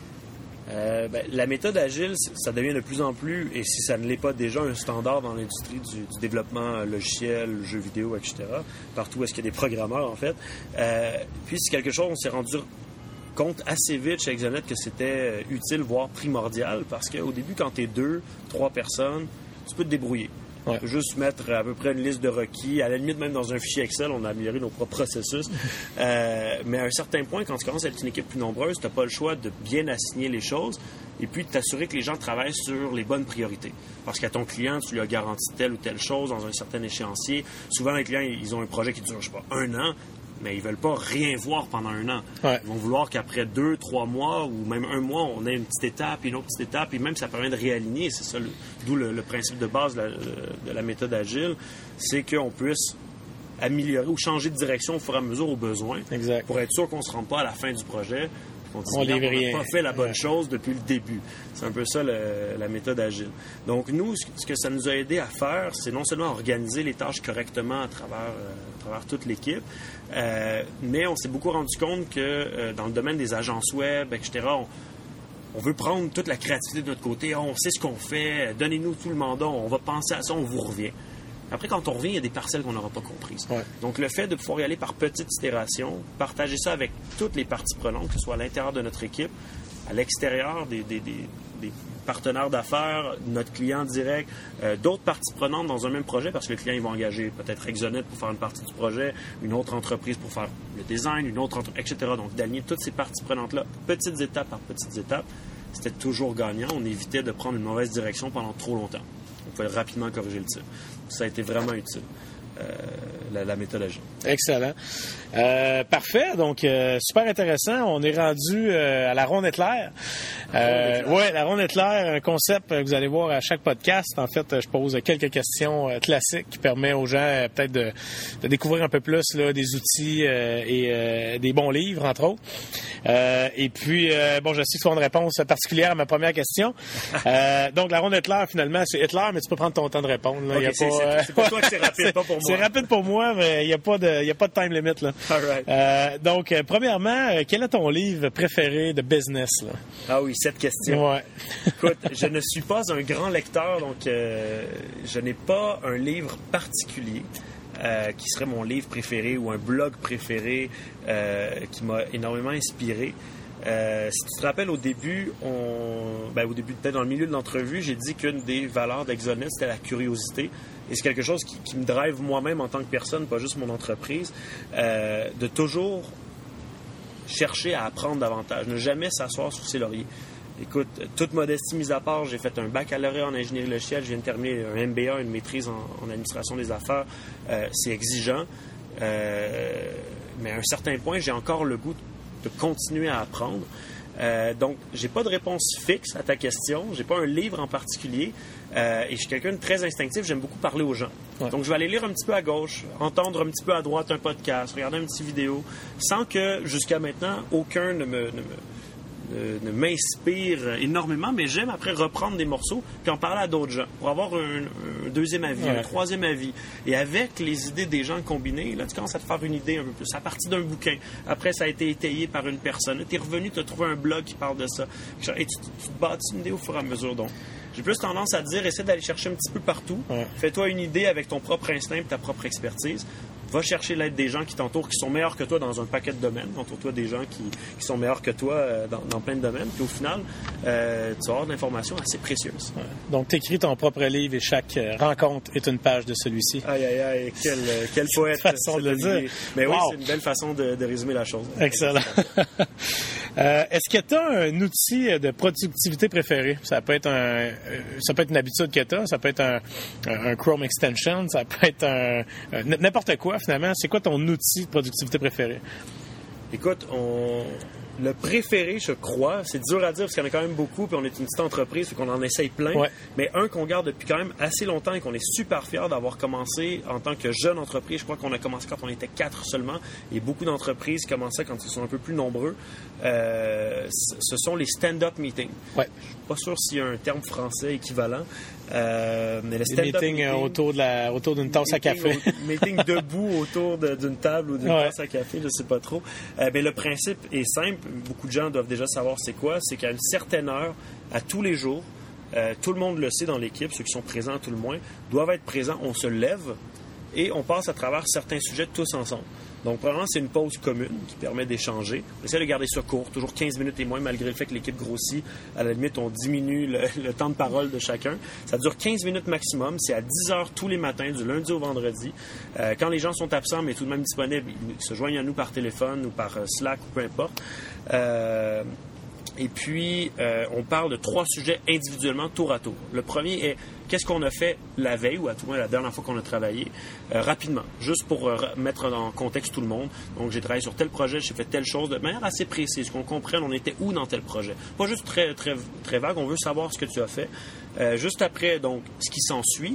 Euh, ben, la méthode agile, ça devient de plus en plus, et si ça ne l'est pas déjà, un standard dans l'industrie du, du développement logiciel, jeux vidéo, et cetera. Partout où est-ce qu'il y a des programmeurs, en fait. Euh, puis, c'est quelque chose, on s'est rendu compte assez vite chez Exelnet que c'était utile, voire primordial, parce qu'au début, quand tu es deux, trois personnes, tu peux te débrouiller. Ouais. On peut juste mettre à peu près une liste de requis. À la limite, même dans un fichier Excel, on a amélioré nos propres processus. euh, mais à un certain point, quand tu commences à être une équipe plus nombreuse, tu n'as pas le choix de bien assigner les choses et puis de t'assurer que les gens travaillent sur les bonnes priorités. Parce qu'à ton client, tu lui as garanti telle ou telle chose dans un certain échéancier. Souvent, les clients, ils ont un projet qui dure, je sais pas, un an, mais ils veulent pas rien voir pendant un an. Ouais. Ils vont vouloir qu'après deux, trois mois ou même un mois, on ait une petite étape, une autre petite étape, et même ça permet de réaligner. C'est ça, le, d'où le, le principe de base de la, de la méthode agile, c'est qu'on puisse améliorer ou changer de direction au fur et à mesure aux besoins. Exact. Pour être sûr qu'on ne se rende pas à la fin du projet On n'a pas fait la bonne ouais. chose depuis le début. C'est un peu ça le, la méthode agile. Donc nous, ce que ça nous a aidé à faire, c'est non seulement organiser les tâches correctement à travers, euh, à travers toute l'équipe, euh, mais on s'est beaucoup rendu compte que euh, dans le domaine des agences web, et cetera, on, on veut prendre toute la créativité de notre côté. On sait ce qu'on fait, donnez-nous tout le mandat, on va penser à ça, on vous revient. Après, quand on revient, il y a des parcelles qu'on n'aura pas comprises. Ouais. Donc, le fait de pouvoir y aller par petites itérations, partager ça avec toutes les parties prenantes, que ce soit à l'intérieur de notre équipe, à l'extérieur des, des, des, des partenaires d'affaires, notre client direct, euh, d'autres parties prenantes dans un même projet, parce que le client, il va engager peut-être Exonet pour faire une partie du projet, une autre entreprise pour faire le design, une autre entreprise, et cetera. Donc, d'aligner toutes ces parties prenantes-là, petites étapes par petites étapes, c'était toujours gagnant. On évitait de prendre une mauvaise direction pendant trop longtemps. On pouvait rapidement corriger le tir. Ça a été vraiment utile, euh, la, la méthode agile. Excellent. Euh, parfait. Donc, euh, super intéressant. On est rendu euh, à la ronde éclair. Euh, oui, la ronde éclair, un concept que vous allez voir à chaque podcast. En fait, je pose quelques questions euh, classiques qui permettent aux gens euh, peut-être de, de découvrir un peu plus là, des outils euh, et euh, des bons livres, entre autres. Euh, et puis, euh, bon, je sais qu'il faut une réponse particulière à ma première question. Euh, donc, la ronde éclair, finalement, c'est Hitler, mais tu peux prendre ton temps de répondre. Là. Okay, y a c'est, pas, c'est, euh... c'est pour toi que c'est rapide, pas pour moi. C'est rapide pour moi, mais il n'y a pas de, il y a pas de time limit, là. All right. Euh, donc, euh, premièrement, euh, quel est ton livre préféré de business, là? Ah oui, cette question. Ouais. Écoute, je ne suis pas un grand lecteur, donc euh, je n'ai pas un livre particulier euh, qui serait mon livre préféré ou un blog préféré euh, qui m'a énormément inspiré. Euh, si tu te rappelles, au début, on... ben, au début, peut-être dans le milieu de l'entrevue, j'ai dit qu'une des valeurs d'Exonet, c'était la curiosité. Et c'est quelque chose qui, qui me drive moi-même en tant que personne, pas juste mon entreprise, euh, de toujours chercher à apprendre davantage, ne jamais s'asseoir sur ses lauriers. Écoute, toute modestie mise à part, j'ai fait un baccalauréat en ingénierie logicielle, je viens de terminer un M B A, une maîtrise en, en administration des affaires. Euh, c'est exigeant, euh, mais à un certain point, j'ai encore le goût de continuer à apprendre. Euh, donc, j'ai pas de réponse fixe à ta question. J'ai pas un livre en particulier. Euh, et je suis quelqu'un de très instinctif. J'aime beaucoup parler aux gens. Ouais. Donc, je vais aller lire un petit peu à gauche, entendre un petit peu à droite un podcast, regarder un petit vidéo, sans que, jusqu'à maintenant, aucun ne me... Ne me Ne, ne m'inspire énormément, mais j'aime après reprendre des morceaux puis en parler à d'autres gens pour avoir un, un deuxième avis, ouais. un troisième avis. Et avec les idées des gens combinées, là, tu commences à te faire une idée un peu plus. À partir d'un bouquin, après, ça a été étayé par une personne. Tu es revenu, tu as trouvé un blog qui parle de ça. Et tu, tu te bâtis une idée au fur et à mesure. Donc, j'ai plus tendance à te dire, essaie d'aller chercher un petit peu partout. Ouais. Fais-toi une idée avec ton propre instinct et ta propre expertise. Va chercher l'aide des gens qui t'entourent, qui sont meilleurs que toi dans un paquet de domaines. Entoure-toi des gens qui, qui sont meilleurs que toi euh, dans, dans plein de domaines. Puis au final, euh, tu vas avoir de l'information assez précieuse. Ouais. Donc, tu écris ton propre livre et chaque euh, rencontre est une page de celui-ci. Aïe, aïe, aïe, quel, quel poète. façon de le dire. Mais wow. oui, c'est une belle façon de, de résumer la chose. Excellent. euh, est-ce que tu as un outil de productivité préféré? Ça peut être un, ça peut être une habitude que tu as, ça peut être un, un Chrome extension, ça peut être un, un n'importe quoi finalement. C'est quoi ton outil de productivité préféré? Écoute, on... le préféré, je crois, c'est dur à dire parce qu'il y en a quand même beaucoup, puis on est une petite entreprise, fait qu'on en essaye plein. Ouais. Mais un qu'on garde depuis quand même assez longtemps et qu'on est super fiers d'avoir commencé en tant que jeune entreprise. Je crois qu'on a commencé quand on était quatre seulement, et beaucoup d'entreprises commençaient quand ils sont un peu plus nombreux. Euh, ce sont les stand-up meetings. Ouais. Je suis pas sûr s'il y a un terme français équivalent. Euh, mais le stand-up meeting, meeting autour, de la, autour d'une tasse à café. Au, meeting debout autour de, d'une table ou d'une ouais. tasse à café, je sais pas trop. Euh, mais le principe est simple. Beaucoup de gens doivent déjà savoir c'est quoi. C'est qu'à une certaine heure, à tous les jours, euh, tout le monde le sait dans l'équipe, ceux qui sont présents tout le moins, doivent être présents. On se lève et on passe à travers certains sujets tous ensemble. Donc, probablement, c'est une pause commune qui permet d'échanger. On essaie de garder ça court, toujours quinze minutes et moins, malgré le fait que l'équipe grossit. À la limite, on diminue le, le temps de parole de chacun. Ça dure quinze minutes maximum. C'est à dix heures tous les matins, du lundi au vendredi. Euh, quand les gens sont absents, mais tout de même disponibles, ils se joignent à nous par téléphone ou par Slack ou peu importe. Euh, et puis, euh, on parle de trois sujets individuellement, tour à tour. Le premier est qu'est-ce qu'on a fait la veille, ou à tout le moins la dernière fois qu'on a travaillé, euh, rapidement, juste pour euh, mettre en contexte tout le monde. Donc, j'ai travaillé sur tel projet, j'ai fait telle chose, de manière assez précise, qu'on comprenne on était où dans tel projet. Pas juste très, très, très vague, on veut savoir ce que tu as fait. Euh, juste après, donc, ce qui s'ensuit,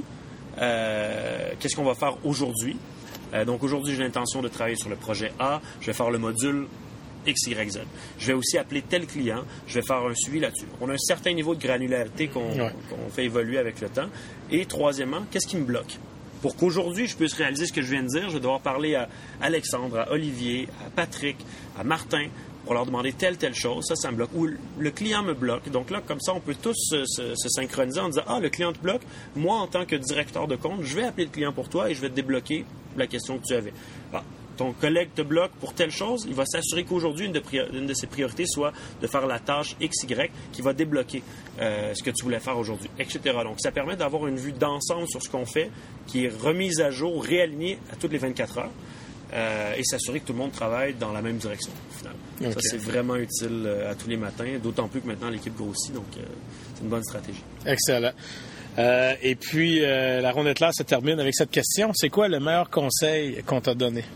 euh, qu'est-ce qu'on va faire aujourd'hui. Euh, donc, aujourd'hui, j'ai l'intention de travailler sur le projet A. Je vais faire le module X, Y, Z. Je vais aussi appeler tel client, je vais faire un suivi là-dessus. On a un certain niveau de granularité qu'on, ouais. qu'on fait évoluer avec le temps. Et troisièmement, qu'est-ce qui me bloque? Pour qu'aujourd'hui, je puisse réaliser ce que je viens de dire, je vais devoir parler à Alexandre, à Olivier, à Patrick, à Martin, pour leur demander telle, telle chose. Ça, ça me bloque. Ou le client me bloque. Donc là, comme ça, on peut tous se, se, se synchroniser en disant « Ah, le client te bloque. Moi, en tant que directeur de compte, je vais appeler le client pour toi et je vais te débloquer la question que tu avais. Ah, » Ton collègue te bloque pour telle chose, il va s'assurer qu'aujourd'hui, une de, priori- une de ses priorités soit de faire la tâche X Y qui va débloquer euh, ce que tu voulais faire aujourd'hui, et cetera. Donc, ça permet d'avoir une vue d'ensemble sur ce qu'on fait, qui est remise à jour, réalignée à toutes les vingt-quatre heures, euh, et s'assurer que tout le monde travaille dans la même direction, au final. Okay. Ça, c'est vraiment utile euh, à tous les matins, d'autant plus que maintenant, l'équipe grossit, donc euh, c'est une bonne stratégie. Excellent. Euh, et puis, euh, la ronde éclair se termine avec cette question. C'est quoi le meilleur conseil qu'on t'a donné?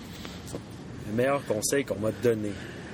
Le meilleur conseil qu'on m'a donné.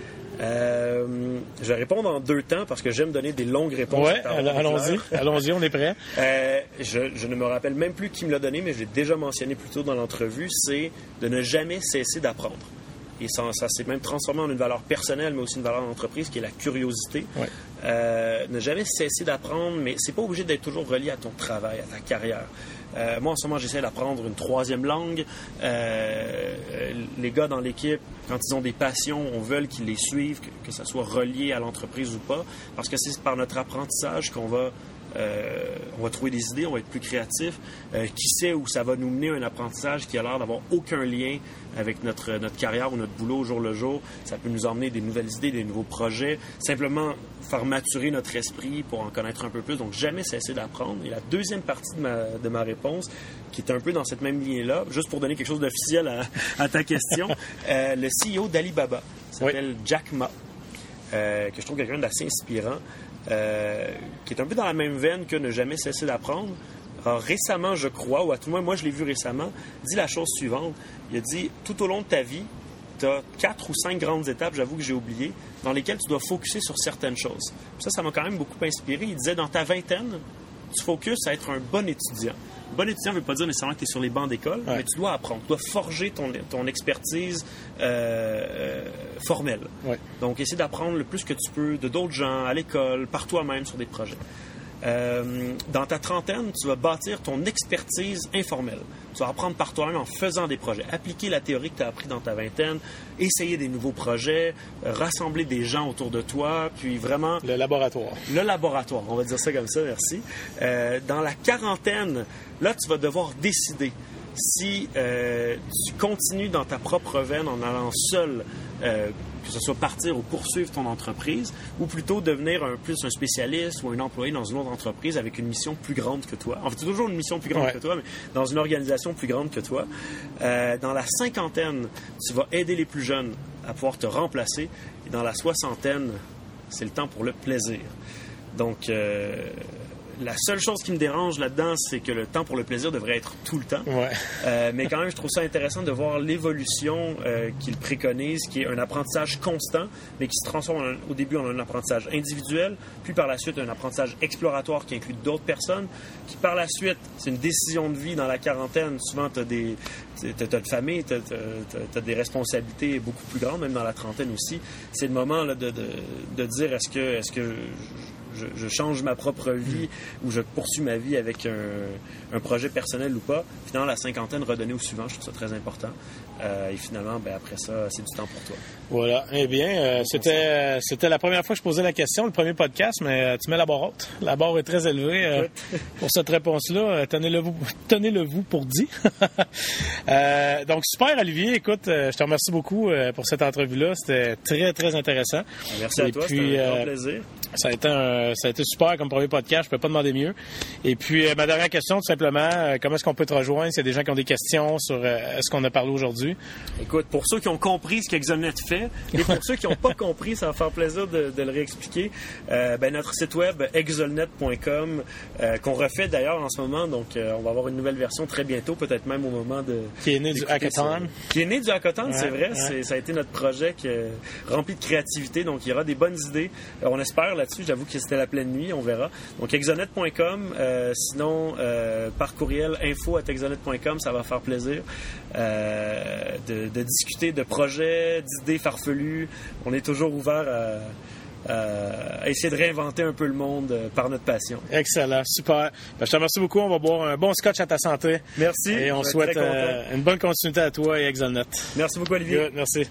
Euh, je vais répondre en deux temps parce que j'aime donner des longues réponses. Oui, allons-y, allons-y, on est prêt. Euh, je, je ne me rappelle même plus qui me l'a donné, mais je l'ai déjà mentionné plus tôt dans l'entrevue, c'est de ne jamais cesser d'apprendre. Et ça, ça s'est même transformé en une valeur personnelle, mais aussi une valeur d'entreprise, qui est la curiosité. Ouais. Euh, ne jamais cesser d'apprendre, mais c'est pas obligé d'être toujours relié à ton travail, à ta carrière. Euh, moi, en ce moment, j'essaie d'apprendre une troisième langue. Euh, les gars dans l'équipe, quand ils ont des passions, on veut qu'ils les suivent, que, que ça soit relié à l'entreprise ou pas, parce que c'est par notre apprentissage qu'on va Euh, on va trouver des idées, on va être plus créatif. Euh, qui sait où ça va nous mener à un apprentissage qui a l'air d'avoir aucun lien avec notre, notre carrière ou notre boulot au jour le jour. Ça peut nous emmener des nouvelles idées, des nouveaux projets. Simplement faire maturer notre esprit pour en connaître un peu plus. Donc, jamais cesser d'apprendre. Et la deuxième partie de ma, de ma réponse, qui est un peu dans cette même ligne-là, juste pour donner quelque chose d'officiel à, à ta question, euh, le C E O d'Alibaba s'appelle oui. Jack Ma, euh, que je trouve quelqu'un d'assez inspirant. Euh, qui est un peu dans la même veine que ne jamais cesser d'apprendre. Alors, récemment, je crois, ou à tout le moins, moi je l'ai vu récemment, dit la chose suivante. Il a dit, tout au long de ta vie, tu as quatre ou cinq grandes étapes, j'avoue que j'ai oublié, dans lesquelles tu dois focusser sur certaines choses. Ça, ça m'a quand même beaucoup inspiré. Il disait, dans ta vingtaine, tu focuses à être un bon étudiant. Un bon étudiant ne veut pas dire nécessairement que tu es sur les bancs d'école, ouais. mais tu dois apprendre, tu dois forger ton, ton expertise euh, formelle. Ouais. Donc, essayer d'apprendre le plus que tu peux de d'autres gens, à l'école, par toi-même sur des projets. Euh, dans ta trentaine, tu vas bâtir ton expertise informelle. Tu vas apprendre par toi-même en faisant des projets. Appliquer la théorie que tu as appris dans ta vingtaine, essayer des nouveaux projets, euh, rassembler des gens autour de toi, puis vraiment... Le laboratoire. Le laboratoire, on va dire ça comme ça, merci. Euh, dans la quarantaine, là, tu vas devoir décider si euh, tu continues dans ta propre veine en allant seul, euh, que ce soit partir ou poursuivre ton entreprise, ou plutôt devenir un plus un spécialiste ou un employé dans une autre entreprise avec une mission plus grande que toi. En fait, c'est toujours une mission plus grande ouais. que toi, mais dans une organisation plus grande que toi. Euh, dans la cinquantaine, tu vas aider les plus jeunes à pouvoir te remplacer. Et dans la soixantaine, c'est le temps pour le plaisir. Donc... Euh, La seule chose qui me dérange là-dedans, c'est que le temps pour le plaisir devrait être tout le temps. Ouais. Euh, mais quand même, je trouve ça intéressant de voir l'évolution euh, qu'il préconise, qui est un apprentissage constant, mais qui se transforme en, au début en un apprentissage individuel, puis par la suite un apprentissage exploratoire qui inclut d'autres personnes, qui par la suite, c'est une décision de vie dans la quarantaine. Souvent, tu as des... Tu as de famille, tu as des responsabilités beaucoup plus grandes, même dans la trentaine aussi. C'est le moment là, de, de, de dire est-ce que, est-ce que je, je change ma propre vie ou je poursuis ma vie avec un, un projet personnel ou pas. Finalement, la cinquantaine, redonner au suivant, je trouve ça très important. Euh, et finalement, ben, après ça, c'est du temps pour toi. Voilà. Eh bien, euh, c'était, c'était la première fois que je posais la question, le premier podcast, mais euh, tu mets la barre haute. La barre est très élevée euh, pour cette réponse-là. Tenez-le vous, tenez-le vous pour dit. euh, donc, super, Olivier. Écoute, euh, je te remercie beaucoup euh, pour cette entrevue-là. C'était très, très intéressant. Merci à et toi. Puis, c'était un grand euh, plaisir. Ça a été un, ça a été super comme premier podcast. Je peux pas demander mieux. Et puis, euh, ma dernière question, tout simplement, euh, comment est-ce qu'on peut te rejoindre s'il y a des gens qui ont des questions sur euh, ce qu'on a parlé aujourd'hui? Écoute, pour ceux qui ont compris ce qu'Exolnet fait, et pour ceux qui n'ont pas compris, ça va faire plaisir de, de le réexpliquer. Euh, ben, notre site web, exolnet point com, euh, qu'on refait d'ailleurs en ce moment. Donc, euh, on va avoir une nouvelle version très bientôt, peut-être même au moment de... Qui est né du hackathon. Qui est né du hackathon, ouais, c'est vrai. Ouais. C'est, ça a été notre projet qui est rempli de créativité. Donc, il y aura des bonnes idées. Euh, on espère là-dessus. J'avoue que c'était la pleine nuit, on verra. Donc exonet point com, euh, sinon euh, par courriel info arobase exonet point com, ça va faire plaisir euh, de, de discuter de projets, d'idées farfelues. On est toujours ouvert à... Euh, à essayer de réinventer un peu le monde euh, par notre passion. Excellent, super. Ben, je te remercie beaucoup. On va boire un bon scotch à ta santé. Merci. Et on souhaite euh, une bonne continuité à toi et Exonet. Merci beaucoup, Olivier. Good, merci.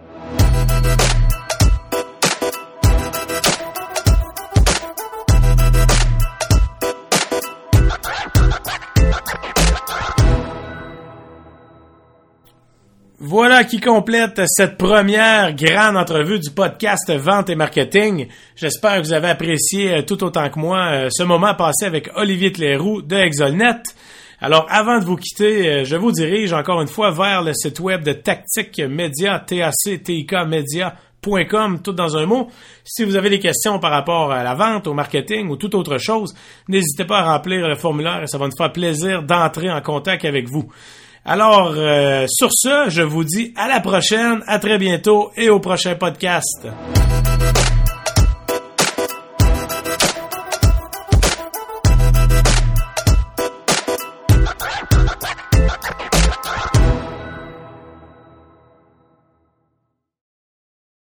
Voilà qui complète cette première grande entrevue du podcast Vente et Marketing. J'espère que vous avez apprécié tout autant que moi ce moment passé avec Olivier Cléroux de Exonet. Alors, avant de vous quitter, je vous dirige encore une fois vers le site web de Tactic Média, T A C T I K Média point com, tout dans un mot. Si vous avez des questions par rapport à la vente, au marketing ou toute autre chose, n'hésitez pas à remplir le formulaire et ça va nous faire plaisir d'entrer en contact avec vous. Alors, euh, sur ce, je vous dis à la prochaine, à très bientôt et au prochain podcast.